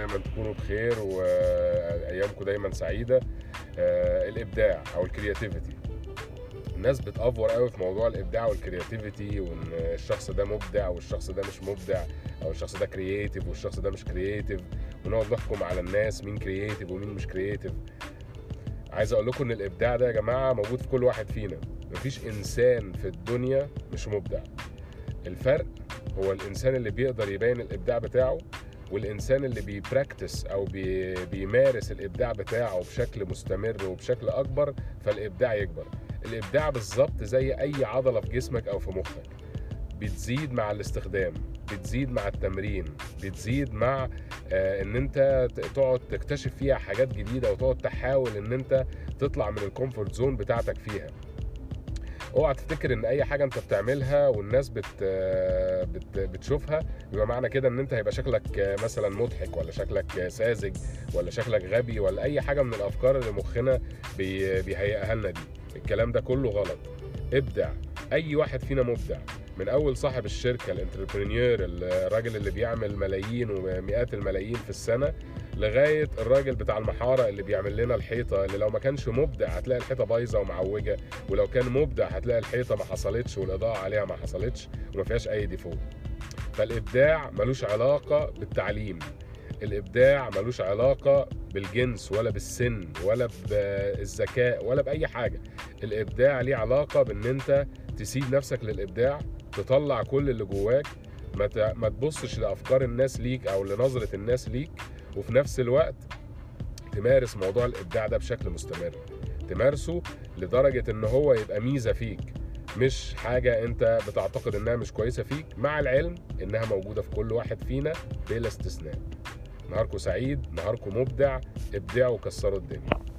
دايما تكونوا بخير وايامكم دايما سعيده. الابداع او الكرياتيفيتي، الناس بتأفور قوي في موضوع الابداع والكرياتيفيتي، وان الشخص ده مبدع والشخص ده مش مبدع، او الشخص ده كرياتيف والشخص ده مش كرياتيف، ونقعد نحكم على الناس مين كرياتيف ومين مش كرياتيف. عايز اقول لكم ان الابداع ده يا جماعه موجود في كل واحد فينا، مفيش انسان في الدنيا مش مبدع. الفرق هو الانسان اللي بيقدر يبين الابداع بتاعه، والانسان اللي بيبراكتس او بيمارس الابداع بتاعه بشكل مستمر وبشكل اكبر، فالابداع يكبر. الابداع بالظبط زي اي عضله في جسمك او في مخك، بتزيد مع الاستخدام، بتزيد مع التمرين، بتزيد مع ان انت تقعد تكتشف فيها حاجات جديده، وتقعد تحاول ان انت تطلع من الكومفورت زون بتاعتك فيها. اوعى تفتكر ان اي حاجه انت بتعملها والناس بتشوفها يبقى معنى كده ان انت هيبقى شكلك مثلا مضحك، ولا شكلك ساذج، ولا شكلك غبي، ولا اي حاجه من الافكار اللي مخنا بيهيئها لنا دي. الكلام ده كله غلط. ابدع. اي واحد فينا مبدع، من اول صاحب الشركه الانتربرينيور، الراجل اللي بيعمل ملايين ومئات الملايين في السنه، لغايه الراجل بتاع المحاره اللي بيعمل لنا الحيطه، اللي لو ما كانش مبدع هتلاقي الحيطه بايظه ومعوجه، ولو كان مبدع هتلاقي الحيطه ما حصلتش والاضاءه عليها ما حصلتش وما فيهاش اي ديفو. فالابداع ملوش علاقه بالتعليم، الابداع ملوش علاقه بالجنس ولا بالسن ولا بالذكاء ولا باي حاجه. الابداع ليه علاقه بان انت تسيب نفسك للابداع، تطلع كل اللي جواك، ما تبصش لافكار الناس ليك او لنظره الناس ليك، وفي نفس الوقت تمارس موضوع الابداع ده بشكل مستمر، تمارسه لدرجه ان هو يبقى ميزه فيك، مش حاجه انت بتعتقد انها مش كويسه فيك، مع العلم انها موجوده في كل واحد فينا بلا استثناء. نهاركم سعيد، نهاركم مبدع، ابدعوا وكسروا الدنيا.